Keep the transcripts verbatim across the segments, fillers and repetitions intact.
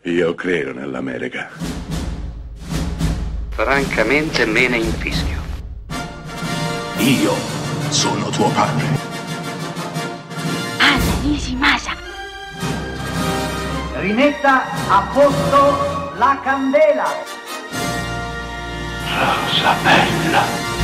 Io credo nell'America. Francamente me ne infischio. Io sono tuo padre. Anna Nishimasa. Rimetta a posto la candela. Rosa bella.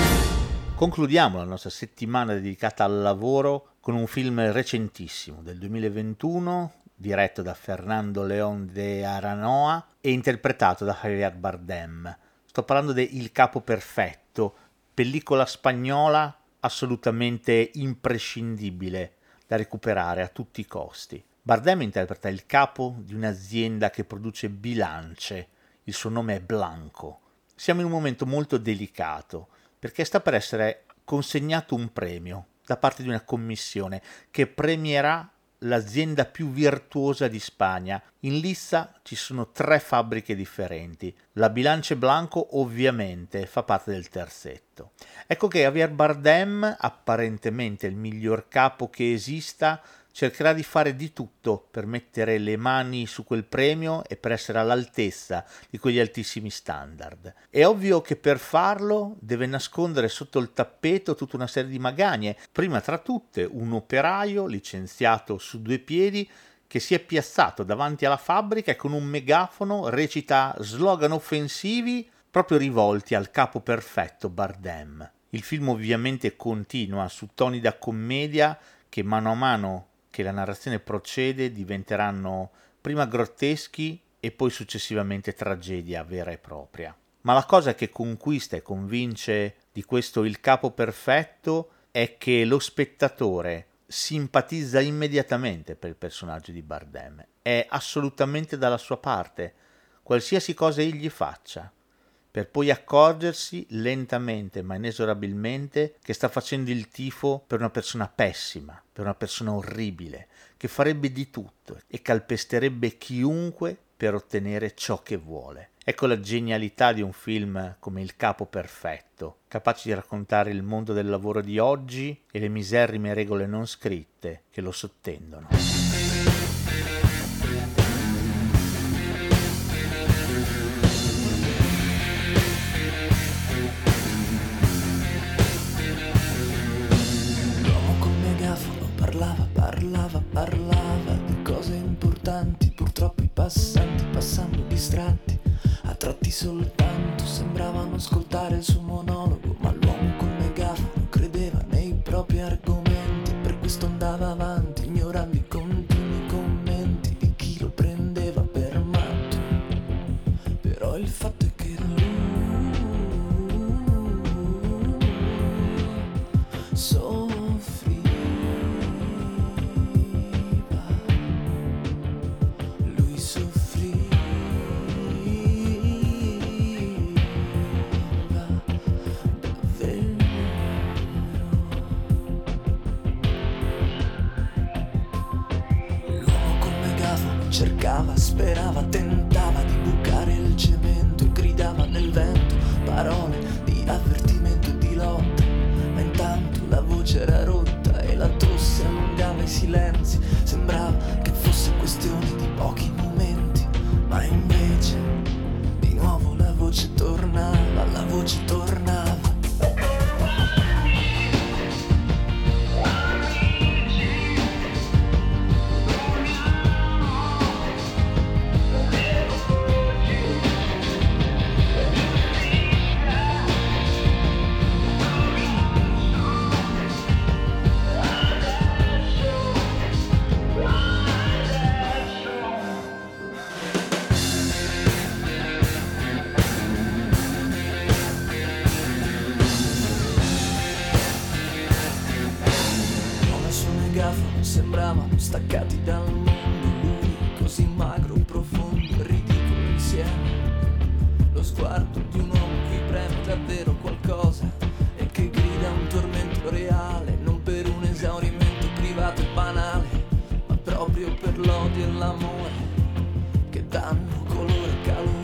Concludiamo la nostra settimana dedicata al lavoro con un film recentissimo del duemilaventuno, diretto da Fernando León de Aranoa e interpretato da Javier Bardem. Sto parlando di Il capo perfetto, pellicola spagnola assolutamente imprescindibile da recuperare a tutti i costi. Bardem interpreta il capo di un'azienda che produce bilance, il suo nome è Blanco. Siamo in un momento molto delicato perché sta per essere consegnato un premio da parte di una commissione che premierà l'azienda più virtuosa di Spagna. In lista ci sono tre fabbriche differenti. La Bilance Blanco ovviamente fa parte del terzetto. Ecco che Javier Bardem, apparentemente il miglior capo che esista, cercherà di fare di tutto per mettere le mani su quel premio e per essere all'altezza di quegli altissimi standard. È ovvio che per farlo deve nascondere sotto il tappeto tutta una serie di magagne, prima tra tutte un operaio licenziato su due piedi che si è piazzato davanti alla fabbrica e con un megafono recita slogan offensivi proprio rivolti al capo perfetto Bardem. Il film ovviamente continua su toni da commedia che mano a mano che la narrazione procede diventeranno prima grotteschi e poi successivamente tragedia vera e propria. Ma la cosa che conquista e convince di questo Il capo perfetto è che lo spettatore simpatizza immediatamente per il personaggio di Bardem, è assolutamente dalla sua parte, qualsiasi cosa egli faccia, per poi accorgersi lentamente ma inesorabilmente che sta facendo il tifo per una persona pessima, per una persona orribile, che farebbe di tutto e calpesterebbe chiunque per ottenere ciò che vuole. Ecco la genialità di un film come Il capo perfetto, capace di raccontare il mondo del lavoro di oggi e le miserrime regole non scritte che lo sottendono. Parlava, parlava, parlava di cose importanti, purtroppo i passanti passando distratti, a tratti soltanto sembravano ascoltare il suo monologo, ma l'uomo col megafono credeva nei propri argomenti, per questo andava avanti ignorando i continui commenti di chi lo prendeva per matto. Però il fatto è che lui soffriva. Cercava, sperava, tentava di bucare il cemento e gridava nel vento parole di avvertimento e di lotta, ma intanto la voce era rotta e la tosse allungava i silenzi, sembrava che fosse questione di pochi momenti, ma invece di nuovo la voce tornava, la voce tornava. Sembravano staccati dal mondo, lui così magro, profondo, ridicolo insieme. Lo sguardo di un uomo cui preme davvero qualcosa e che grida un tormento reale, non per un esaurimento privato e banale, ma proprio per l'odio e l'amore che danno colore e calore.